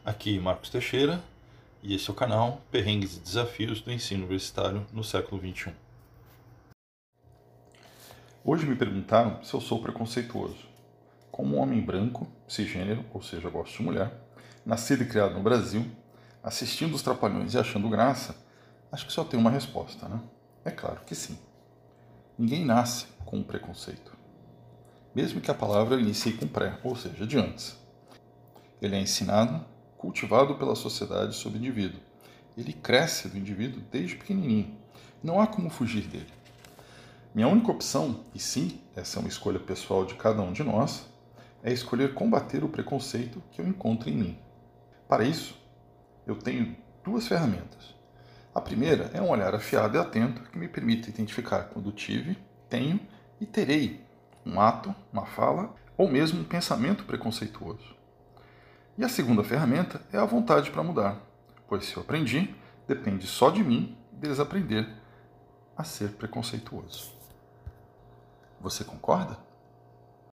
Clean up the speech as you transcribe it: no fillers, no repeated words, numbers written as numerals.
Aqui Marcos Teixeira e esse é o canal Perrengues e Desafios do Ensino Universitário no século XXI. Hoje me perguntaram se eu sou preconceituoso. Como um homem branco, cisgênero, ou seja, gosto de mulher, nascido e criado no Brasil, assistindo os Trapalhões e achando graça, acho que só tem uma resposta, né? É claro que sim. Ninguém nasce com um preconceito. Mesmo que a palavra inicie com pré, ou seja, de antes. Ele é ensinado, cultivado pela sociedade sobre o indivíduo. Ele cresce do indivíduo desde pequenininho. Não há como fugir dele. Minha única opção, e sim, essa é uma escolha pessoal de cada um de nós, é escolher combater o preconceito que eu encontro em mim. Para isso, eu tenho duas ferramentas. A primeira é um olhar afiado e atento que me permite identificar quando tive, tenho e terei um ato, uma fala ou mesmo um pensamento preconceituoso. E a segunda ferramenta é a vontade para mudar, pois se eu aprendi, depende só de mim desaprender a ser preconceituoso. Você concorda?